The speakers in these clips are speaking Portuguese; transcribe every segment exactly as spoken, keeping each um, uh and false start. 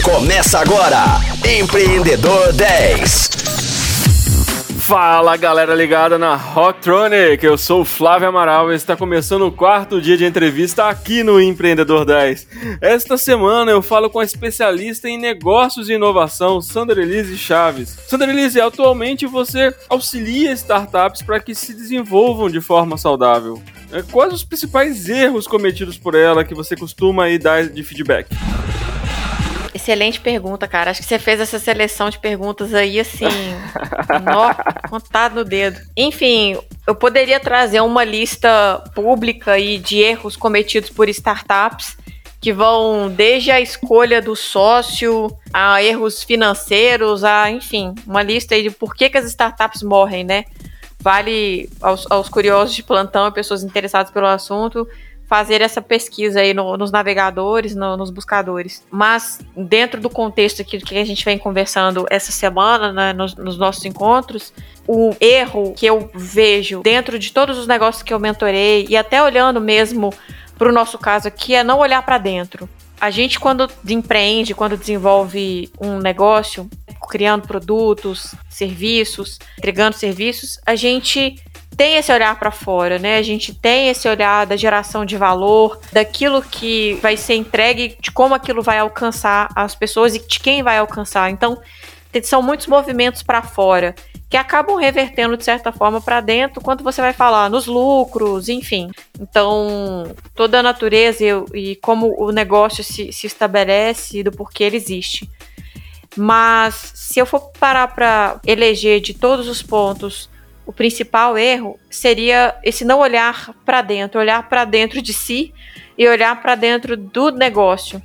Começa agora, Empreendedor dez. Fala galera ligada na Rocktronic, eu sou o Flávio Amaral e está começando o quarto dia de entrevista aqui no Empreendedor dez. Esta semana eu falo com a especialista em negócios e inovação, Sandra Elise Chaves. Sandra Elise, atualmente você auxilia startups para que se desenvolvam de forma saudável. Quais os principais erros cometidos por ela que você costuma aí dar de feedback? Excelente pergunta, cara. Acho que você fez essa seleção de perguntas aí, assim, nó, contado no dedo. Enfim, eu poderia trazer uma lista pública aí de erros cometidos por startups que vão desde a escolha do sócio, a erros financeiros, a, enfim, uma lista aí de por que, que as startups morrem, né? Vale aos, aos curiosos de plantão e pessoas interessadas pelo assunto fazer essa pesquisa aí no, nos navegadores, no, nos buscadores. Mas dentro do contexto aqui que a gente vem conversando essa semana, né, nos, nos nossos encontros, o erro que eu vejo dentro de todos os negócios que eu mentorei e até olhando mesmo para o nosso caso aqui é não olhar para dentro. A gente, quando empreende, quando desenvolve um negócio, criando produtos, serviços, entregando serviços, a gente tem esse olhar para fora, né? A gente tem esse olhar da geração de valor, daquilo que vai ser entregue, de como aquilo vai alcançar as pessoas e de quem vai alcançar. Então, são muitos movimentos para fora que acabam revertendo de certa forma para dentro quando você vai falar nos lucros, enfim. Então, toda a natureza e, e como o negócio se, se estabelece e do porquê ele existe. Mas se eu for parar para eleger de todos os pontos, o principal erro seria esse não olhar para dentro, olhar para dentro de si e olhar para dentro do negócio.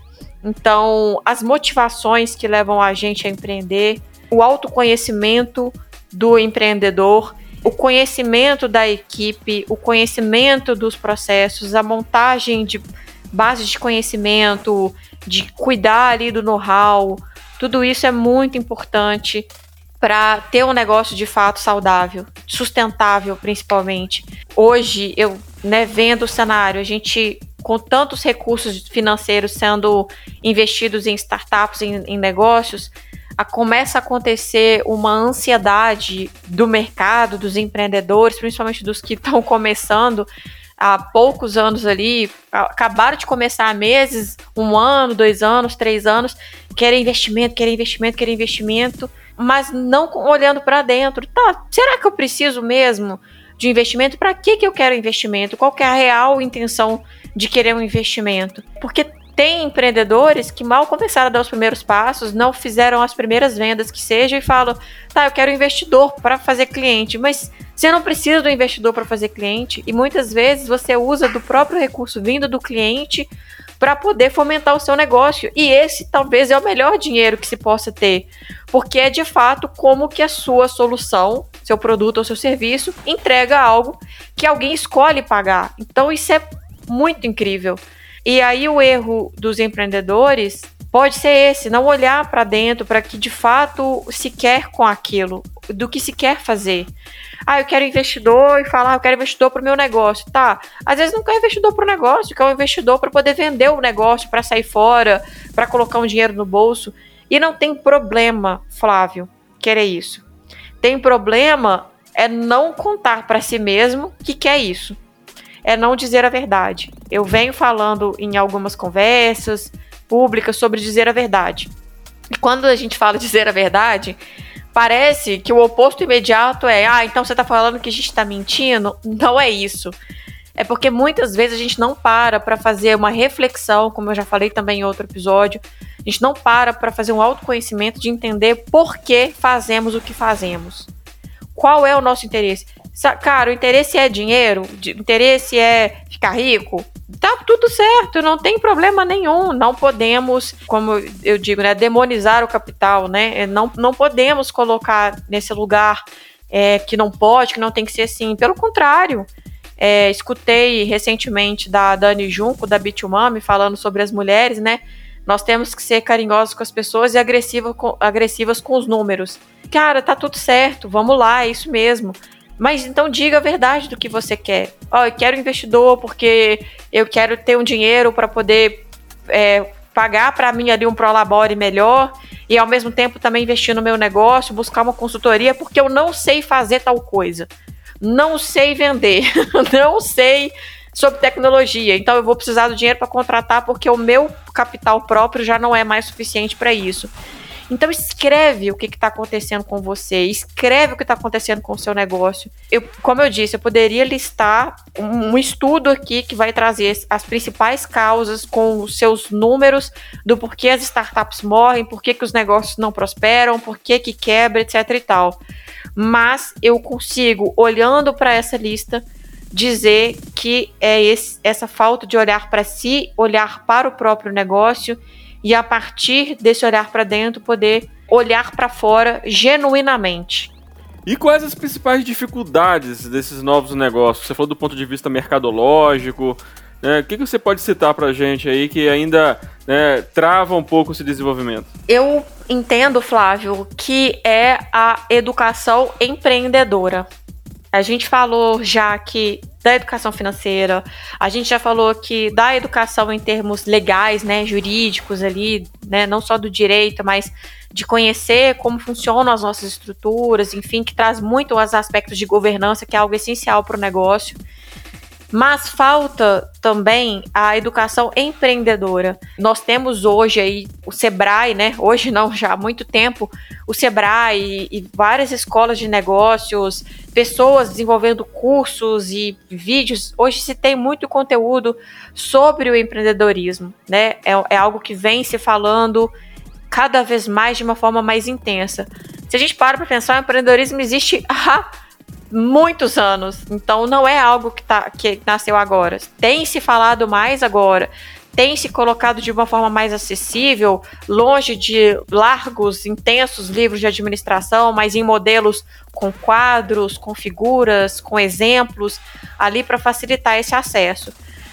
Então, as motivações que levam a gente a empreender, o autoconhecimento do empreendedor, o conhecimento da equipe, o conhecimento dos processos, a montagem de bases de conhecimento, de cuidar ali do know-how, tudo isso é muito importante para ter um negócio de fato saudável, sustentável principalmente. Hoje, eu né, vendo o cenário, a gente com tantos recursos financeiros sendo investidos em startups, em, em negócios, a, começa a acontecer uma ansiedade do mercado, dos empreendedores, principalmente dos que estão começando há poucos anos ali, acabaram de começar há meses, um ano, dois anos, três anos, querem investimento, querem investimento, querem investimento, mas não olhando para dentro. Tá, será que eu preciso mesmo de investimento? Para que que eu quero investimento? Qual que é a real intenção de querer um investimento? Porque tem empreendedores que mal começaram a dar os primeiros passos, não fizeram as primeiras vendas que seja e falam, tá, eu quero um investidor para fazer cliente, mas você não precisa do investidor para fazer cliente e muitas vezes você usa do próprio recurso vindo do cliente para poder fomentar o seu negócio. E esse talvez é o melhor dinheiro que se possa ter, porque é de fato como que a sua solução, seu produto ou seu serviço entrega algo que alguém escolhe pagar. Então isso é muito incrível. E aí o erro dos empreendedores pode ser esse, não olhar para dentro, para que de fato se quer com aquilo, do que se quer fazer. Ah, eu quero investidor e falar, ah, eu quero investidor para o meu negócio. Tá, às vezes não quer investidor para o negócio, quer um investidor para poder vender o negócio, para sair fora, para colocar um dinheiro no bolso. E não tem problema, Flávio, querer isso. Tem problema é não contar para si mesmo que quer isso. É não dizer a verdade. Eu venho falando em algumas conversas públicas sobre dizer a verdade. E quando a gente fala dizer a verdade, parece que o oposto imediato é, ah, então você está falando que a gente está mentindo? Não é isso. É porque muitas vezes a gente não para para fazer uma reflexão, como eu já falei também em outro episódio, a gente não para para fazer um autoconhecimento de entender por que fazemos o que fazemos. Qual é o nosso interesse? Cara, o interesse é dinheiro, o interesse é ficar rico, tá tudo certo, não tem problema nenhum. Não podemos, como eu digo, né, demonizar o capital, né? Não, não podemos colocar nesse lugar é, que não pode, que não tem que ser assim. Pelo contrário, é, escutei recentemente da Dani Junco, da B dois Mami, falando sobre as mulheres, né? Nós temos que ser carinhosos com as pessoas e agressiva com, agressivas com os números. Cara, tá tudo certo, vamos lá, é isso mesmo. Mas então diga a verdade do que você quer. Ó, oh, eu quero investidor porque eu quero ter um dinheiro para poder é, pagar para mim ali um prolabore melhor e ao mesmo tempo também investir no meu negócio, buscar uma consultoria, porque eu não sei fazer tal coisa, não sei vender, não sei sobre tecnologia, então eu vou precisar do dinheiro para contratar porque o meu capital próprio já não é mais suficiente para isso. Então escreve o que está acontecendo com você, escreve o que está acontecendo com o seu negócio. Eu, como eu disse, eu poderia listar um, um estudo aqui que vai trazer as principais causas com os seus números do porquê as startups morrem, porquê que os negócios não prosperam, porquê que quebra, etc e tal. Mas eu consigo, olhando para essa lista, dizer que é esse, essa falta de olhar para si, olhar para o próprio negócio e a partir desse olhar para dentro poder olhar para fora genuinamente. E quais as principais dificuldades desses novos negócios? Você falou do ponto de vista mercadológico, né? O que, que você pode citar para a gente aí que ainda, né, trava um pouco esse desenvolvimento? Eu entendo, Flávio, que é a educação empreendedora. A gente falou já aqui da educação financeira, a gente já falou aqui da educação em termos legais, né, jurídicos ali, né, não só do direito, mas de conhecer como funcionam as nossas estruturas, enfim, que traz muito os aspectos de governança, que é algo essencial para o negócio. Mas falta também a educação empreendedora. Nós temos hoje aí o Sebrae, né? Hoje não, já há muito tempo, o Sebrae e, e várias escolas de negócios, pessoas desenvolvendo cursos e vídeos. Hoje se tem muito conteúdo sobre o empreendedorismo, né? É, é algo que vem se falando cada vez mais de uma forma mais intensa. Se a gente para para pensar, o empreendedorismo existe há muitos anos, então não é algo que, tá, que nasceu agora. Tem se falado mais agora, tem se colocado de uma forma mais acessível, longe de largos, intensos livros de administração, mas em modelos com quadros, com figuras, com exemplos, ali para facilitar esse acesso.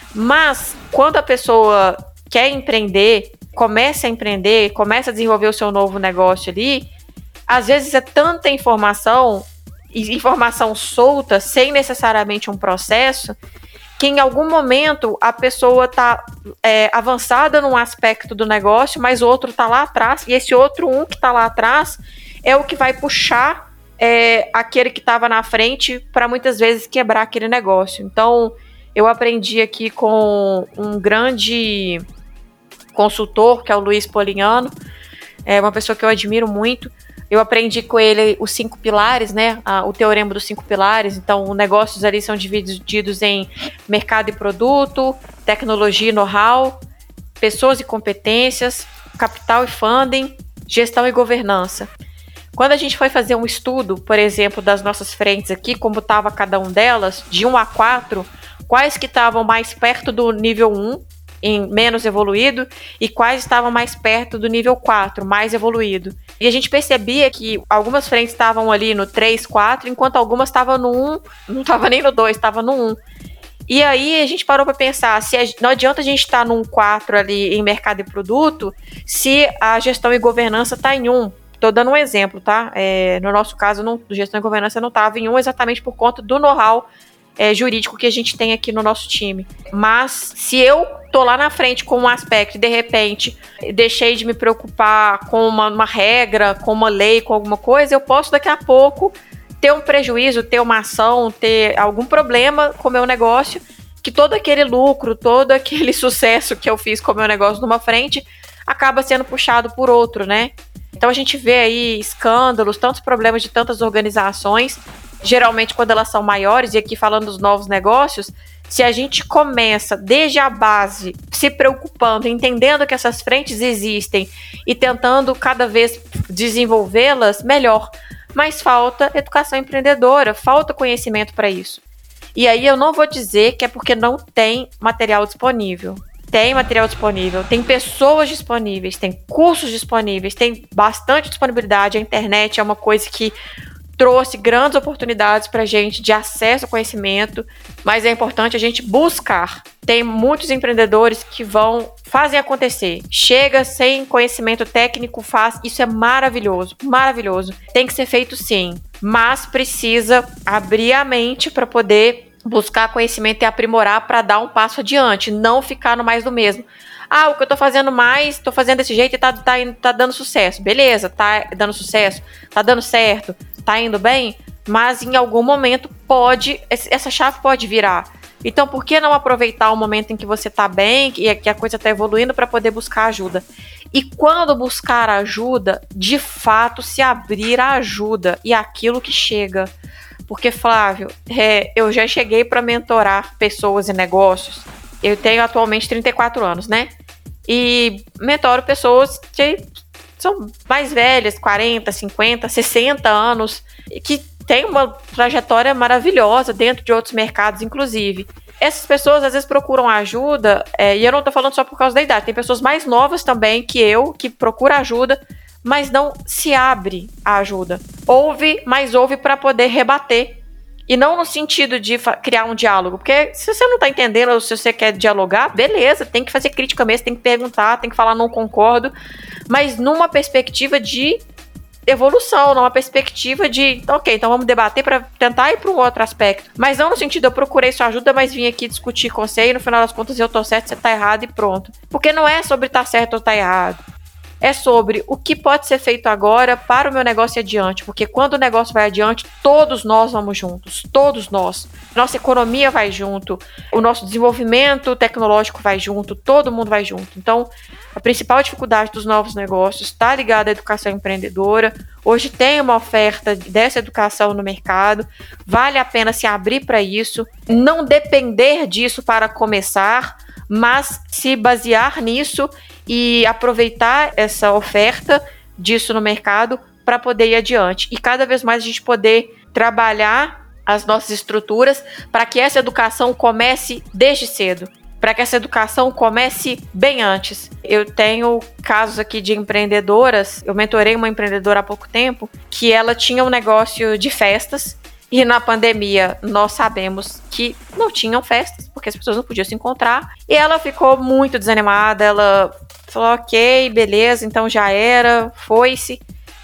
Mas quando a pessoa quer empreender, começa a empreender, começa a desenvolver o seu novo negócio ali, às vezes é tanta informação, informação solta, sem necessariamente um processo, que em algum momento a pessoa está é, avançada num aspecto do negócio, mas o outro está lá atrás, e esse outro um que está lá atrás é o que vai puxar é, aquele que estava na frente para muitas vezes quebrar aquele negócio. Então, eu aprendi aqui com um grande consultor, que é o Luiz Polignano, é uma pessoa que eu admiro muito. Eu aprendi com ele os cinco pilares, né? O teorema dos cinco pilares. Então, os negócios ali são divididos em mercado e produto, tecnologia e know-how, pessoas e competências, capital e funding, gestão e governança. Quando a gente foi fazer um estudo, por exemplo, das nossas frentes aqui, como estava cada um delas, de um a quatro, quais que estavam mais perto do nível um, em menos evoluído, e quais estavam mais perto do nível quatro, mais evoluído. E a gente percebia que algumas frentes estavam ali no três, quatro, enquanto algumas estavam no um, não estava nem no dois, estava no um. E aí a gente parou para pensar, se a, não adianta a gente estar tá num quatro ali em mercado e produto, se a gestão e governança está em um. Estou dando um exemplo, tá? É, no nosso caso, não, gestão e governança não estava em um exatamente por conta do know-how É, jurídico que a gente tem aqui no nosso time. Mas se eu tô lá na frente com um aspecto e de repente deixei de me preocupar com uma, uma regra, com uma lei, com alguma coisa, eu posso daqui a pouco ter um prejuízo, ter uma ação, ter algum problema com o meu negócio, que todo aquele lucro, todo aquele sucesso que eu fiz com o meu negócio numa frente acaba sendo puxado por outro, né? Então a gente vê aí escândalos, tantos problemas de tantas organizações, geralmente quando elas são maiores, e aqui falando dos novos negócios, se a gente começa desde a base, se preocupando, entendendo que essas frentes existem e tentando cada vez desenvolvê-las, melhor. Mas falta educação empreendedora, falta conhecimento para isso. E aí eu não vou dizer que é porque não tem material disponível. Tem material disponível, tem pessoas disponíveis, tem cursos disponíveis, tem bastante disponibilidade. A internet é uma coisa que trouxe grandes oportunidades para a gente de acesso ao conhecimento, mas é importante a gente buscar. Tem muitos empreendedores que vão, fazem acontecer. Chega sem conhecimento técnico, faz. Isso é maravilhoso, maravilhoso. Tem que ser feito sim, mas precisa abrir a mente para poder buscar conhecimento e aprimorar para dar um passo adiante, não ficar no mais do mesmo. Ah, o que eu tô fazendo mais, tô fazendo desse jeito e tá, tá, tá dando sucesso. Beleza, tá dando sucesso, tá dando certo, tá indo bem, mas em algum momento pode, essa chave pode virar. Então, por que não aproveitar o momento em que você tá bem, que a coisa tá evoluindo, para poder buscar ajuda? E quando buscar ajuda, de fato se abrir a ajuda e aquilo que chega. Porque, Flávio, é, eu já cheguei para mentorar pessoas e negócios. Eu tenho atualmente trinta e quatro anos, né? E mentoro pessoas que são mais velhas, quarenta, cinquenta, sessenta anos, que têm uma trajetória maravilhosa dentro de outros mercados, inclusive. Essas pessoas às vezes procuram ajuda, é, e eu não tô falando só por causa da idade, tem pessoas mais novas também que eu, que procuram ajuda, mas não se abre a ajuda. Ouve, mas ouve para poder rebater. E não no sentido de criar um diálogo, porque se você não tá entendendo ou se você quer dialogar, beleza, tem que fazer crítica mesmo, tem que perguntar, tem que falar não concordo, mas numa perspectiva de evolução, numa perspectiva de, ok, então vamos debater para tentar ir para um outro aspecto. Mas não no sentido, eu procurei sua ajuda, mas vim aqui discutir com você e no final das contas eu tô certo, você tá errado e pronto. Porque não é sobre tá certo ou tá errado. É sobre o que pode ser feito agora para o meu negócio ir adiante. Porque quando o negócio vai adiante, todos nós vamos juntos. Todos nós. Nossa economia vai junto. O nosso desenvolvimento tecnológico vai junto. Todo mundo vai junto. Então, a principal dificuldade dos novos negócios está ligada à educação empreendedora. Hoje tem uma oferta dessa educação no mercado. Vale a pena se abrir para isso. Não depender disso para começar, mas se basear nisso e aproveitar essa oferta disso no mercado para poder ir adiante. E cada vez mais a gente poder trabalhar as nossas estruturas para que essa educação comece desde cedo, para que essa educação comece bem antes. Eu tenho casos aqui de empreendedoras, eu mentorei uma empreendedora há pouco tempo, que ela tinha um negócio de festas, e na pandemia nós sabemos que não tinham festas, porque as pessoas não podiam se encontrar, e ela ficou muito desanimada, ela falou, ok, beleza, então já era, foi-se,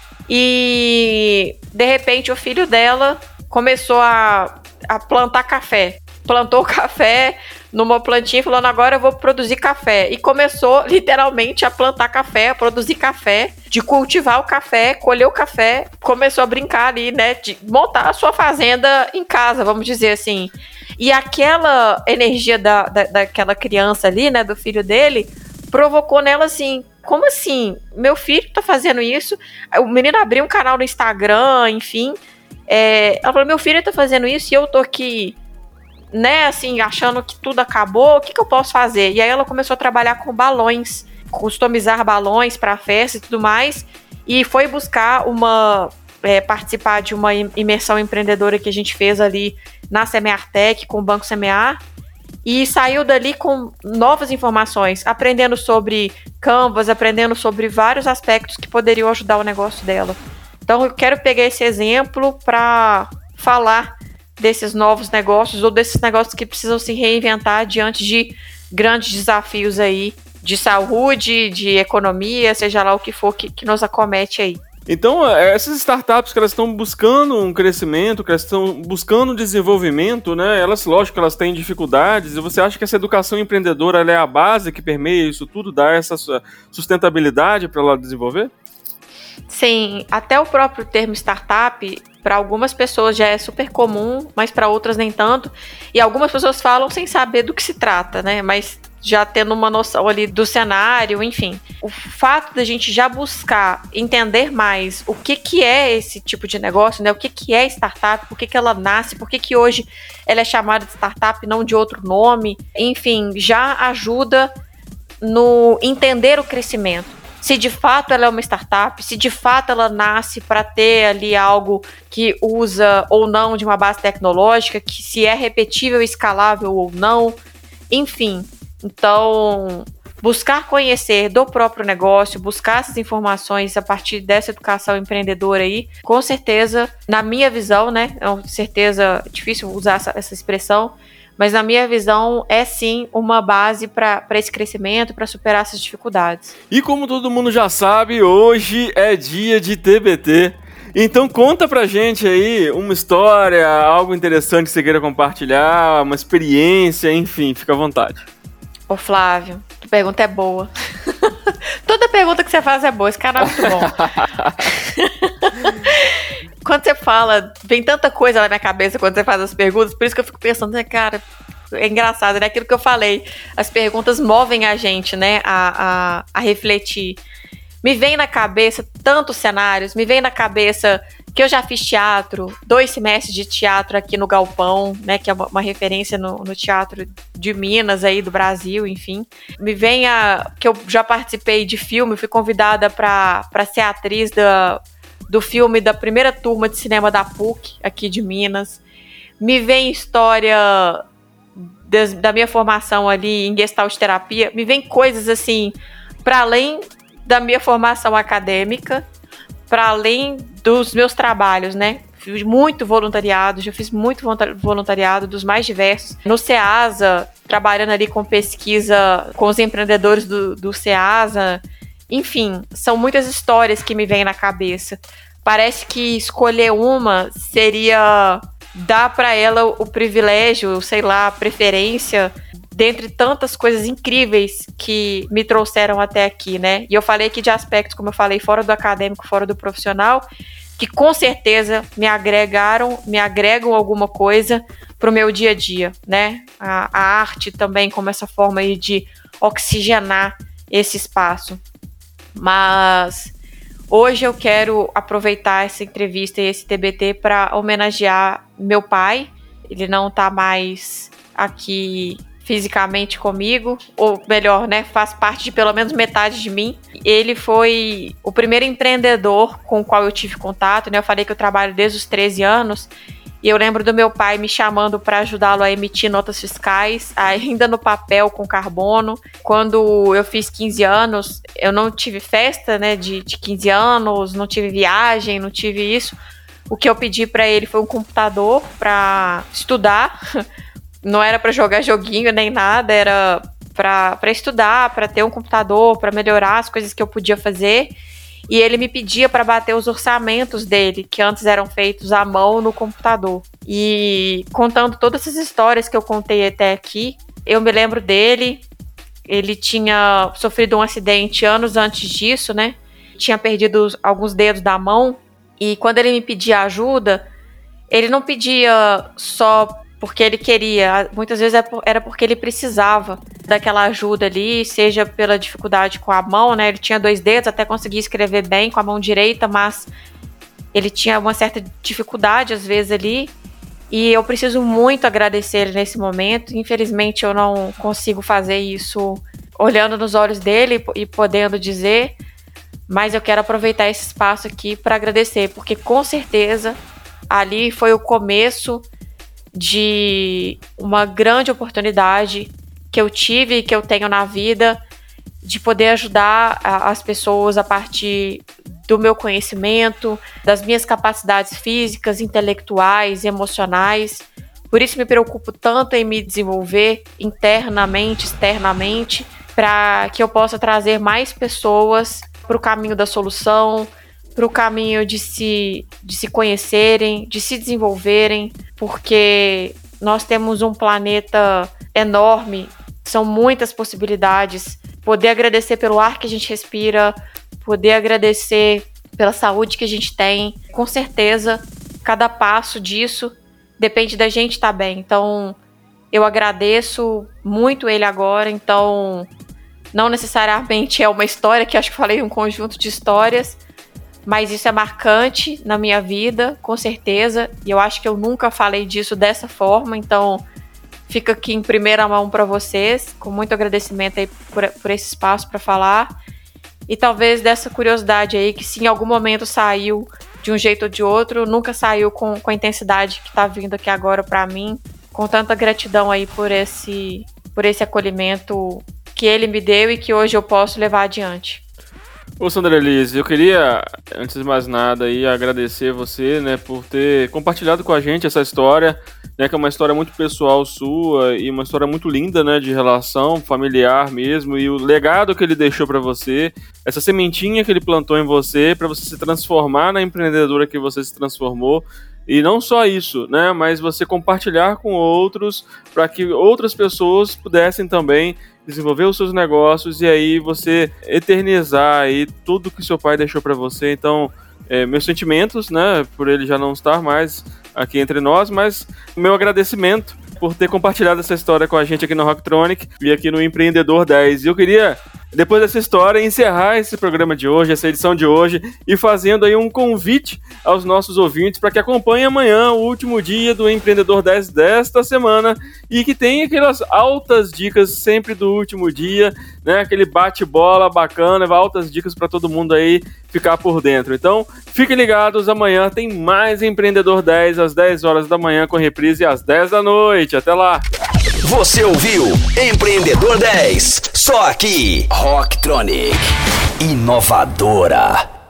e de repente o filho dela começou a, a plantar café, plantou café numa plantinha, falando, agora eu vou produzir café, e começou literalmente a plantar café, a produzir café, de cultivar o café, colher o café, começou a brincar ali, né, de montar a sua fazenda em casa, vamos dizer assim. E aquela energia da, da, daquela criança ali, né, do filho dele, provocou nela assim, como assim? Meu filho tá fazendo isso? O menino abriu um canal no Instagram, enfim. É, ela falou, meu filho tá fazendo isso e eu tô aqui, né, assim, achando que tudo acabou, o que que eu posso fazer? E aí ela começou a trabalhar com balões, customizar balões para festa e tudo mais, e foi buscar uma, é, participar de uma imersão empreendedora que a gente fez ali na Semeartec, com o Banco Semear, e saiu dali com novas informações, aprendendo sobre Canvas, aprendendo sobre vários aspectos que poderiam ajudar o negócio dela. Então eu quero pegar esse exemplo para falar desses novos negócios ou desses negócios que precisam se reinventar diante de grandes desafios aí de saúde, de economia, seja lá o que for que, que nos acomete aí. Então, essas startups que elas estão buscando um crescimento, que elas estão buscando um desenvolvimento, né? Elas, lógico, elas têm dificuldades, e você acha que essa educação empreendedora ela é a base que permeia isso tudo, dá essa sustentabilidade para ela desenvolver? Sim, até o próprio termo startup, para algumas pessoas já é super comum, mas para outras nem tanto, e algumas pessoas falam sem saber do que se trata, né? Mas já tendo uma noção ali do cenário, enfim. O fato da gente já buscar entender mais o que, que é esse tipo de negócio, né? O que, que é startup, por que, que ela nasce, por que, que hoje ela é chamada de startup e não de outro nome, enfim, já ajuda no entender o crescimento. Se de fato ela é uma startup, se de fato ela nasce para ter ali algo que usa ou não de uma base tecnológica, que se é repetível, escalável ou não, enfim. Então, buscar conhecer do próprio negócio, buscar essas informações a partir dessa educação empreendedora aí, com certeza, na minha visão, né, é com certeza difícil usar essa, essa expressão, mas na minha visão é sim uma base para esse crescimento, para superar essas dificuldades. E como todo mundo já sabe, hoje é dia de T B T. Então conta pra gente aí uma história, algo interessante que você queira compartilhar, uma experiência, enfim, fica à vontade. Ô Flávio, pergunta é boa. Toda pergunta que você faz é boa, esse canal é muito bom. Quando você fala, vem tanta coisa na minha cabeça quando você faz as perguntas, por isso que eu fico pensando, né, cara, é engraçado, né? Aquilo que eu falei, as perguntas movem a gente, né, a, a, a refletir. Me vem na cabeça tantos cenários, me vem na cabeça que eu já fiz teatro, dois semestres de teatro aqui no Galpão, né, que é uma, uma referência no, no teatro de Minas aí, do Brasil, enfim. Me vem a que eu já participei de filme, fui convidada para ser atriz da, do filme da primeira turma de cinema da P U C, aqui de Minas. Me vem história das, da minha formação ali em Gestalt terapia, me vem coisas assim, para além da minha formação acadêmica, para além dos meus trabalhos, né? Fiz muito voluntariado, já fiz muito voluntariado dos mais diversos. No SEASA, trabalhando ali com pesquisa com os empreendedores do, do SEASA. Enfim, são muitas histórias que me vêm na cabeça. Parece que escolher uma seria dar para ela o privilégio, sei lá, a preferência, dentre tantas coisas incríveis que me trouxeram até aqui, né? E eu falei aqui de aspectos, como eu falei, fora do acadêmico, fora do profissional, que com certeza me agregaram, me agregam alguma coisa para o meu dia a dia, né? A, a arte também como essa forma aí de oxigenar esse espaço. Mas hoje eu quero aproveitar essa entrevista e esse T B T para homenagear meu pai. Ele não está mais aqui fisicamente comigo, ou melhor, né, faz parte de pelo menos metade de mim. Ele foi o primeiro empreendedor com o qual eu tive contato, né? Eu falei que eu trabalho desde os treze anos, e eu lembro do meu pai me chamando para ajudá-lo a emitir notas fiscais, ainda no papel com carbono. Quando eu fiz quinze anos, eu não tive festa, né, de, de quinze anos, não tive viagem, não tive isso. O que eu pedi para ele foi um computador para estudar. Não era para jogar joguinho nem nada, era para estudar, para ter um computador, para melhorar as coisas que eu podia fazer. E ele me pedia para bater os orçamentos dele, que antes eram feitos à mão no computador. E contando todas essas histórias que eu contei até aqui, eu me lembro dele. Ele tinha sofrido um acidente anos antes disso, né? Tinha perdido alguns dedos da mão. E quando ele me pedia ajuda, ele não pedia só porque ele queria, muitas vezes era porque ele precisava daquela ajuda ali, seja pela dificuldade com a mão, né? Ele tinha dois dedos, até conseguia escrever bem com a mão direita, mas ele tinha uma certa dificuldade às vezes ali, e eu preciso muito agradecer ele nesse momento. Infelizmente eu não consigo fazer isso olhando nos olhos dele e podendo dizer, mas eu quero aproveitar esse espaço aqui para agradecer, porque com certeza ali foi o começo de uma grande oportunidade que eu tive e que eu tenho na vida de poder ajudar a, as pessoas a partir do meu conhecimento, das minhas capacidades físicas, intelectuais, emocionais. Por isso me preocupo tanto em me desenvolver internamente, externamente, para que eu possa trazer mais pessoas para o caminho da solução, para o caminho de se, de se conhecerem, de se desenvolverem, porque nós temos um planeta enorme, são muitas possibilidades. Poder agradecer pelo ar que a gente respira, poder agradecer pela saúde que a gente tem, com certeza, cada passo disso depende da gente estar bem. Então, eu agradeço muito ele agora, então não necessariamente é uma história, que acho que falei um conjunto de histórias, mas isso é marcante na minha vida, com certeza, e eu acho que eu nunca falei disso dessa forma, então fica aqui em primeira mão para vocês, com muito agradecimento aí por, por esse espaço para falar, e talvez dessa curiosidade aí, que se em algum momento saiu de um jeito ou de outro, nunca saiu com, com a intensidade que está vindo aqui agora para mim, com tanta gratidão aí por esse, por esse acolhimento que ele me deu e que hoje eu posso levar adiante. Ô Sandra Elise, eu queria, antes de mais nada, aí, agradecer você, né, por ter compartilhado com a gente essa história, né, que é uma história muito pessoal sua e uma história muito linda, né, de relação familiar mesmo, e o legado que ele deixou para você, essa sementinha que ele plantou em você, para você se transformar na empreendedora que você se transformou, E não só isso, né, mas você compartilhar com outros para que outras pessoas pudessem também desenvolver os seus negócios e aí você eternizar aí tudo que seu pai deixou para você. Então, é, meus sentimentos, né, por ele já não estar mais aqui entre nós, mas meu agradecimento por ter compartilhado essa história com a gente aqui no Rocktronic e aqui no Empreendedor dez. E eu queria, depois dessa história, encerrar esse programa de hoje, essa edição de hoje, e fazendo aí um convite aos nossos ouvintes para que acompanhem amanhã o último dia do Empreendedor dez desta semana e que tem aquelas altas dicas sempre do último dia, né? Aquele bate-bola bacana, altas dicas para todo mundo aí ficar por dentro. Então, fiquem ligados, amanhã tem mais Empreendedor dez às dez horas da manhã com reprise às dez da noite. Até lá! Você ouviu Empreendedor dez, só aqui, Rocktronic, inovadora.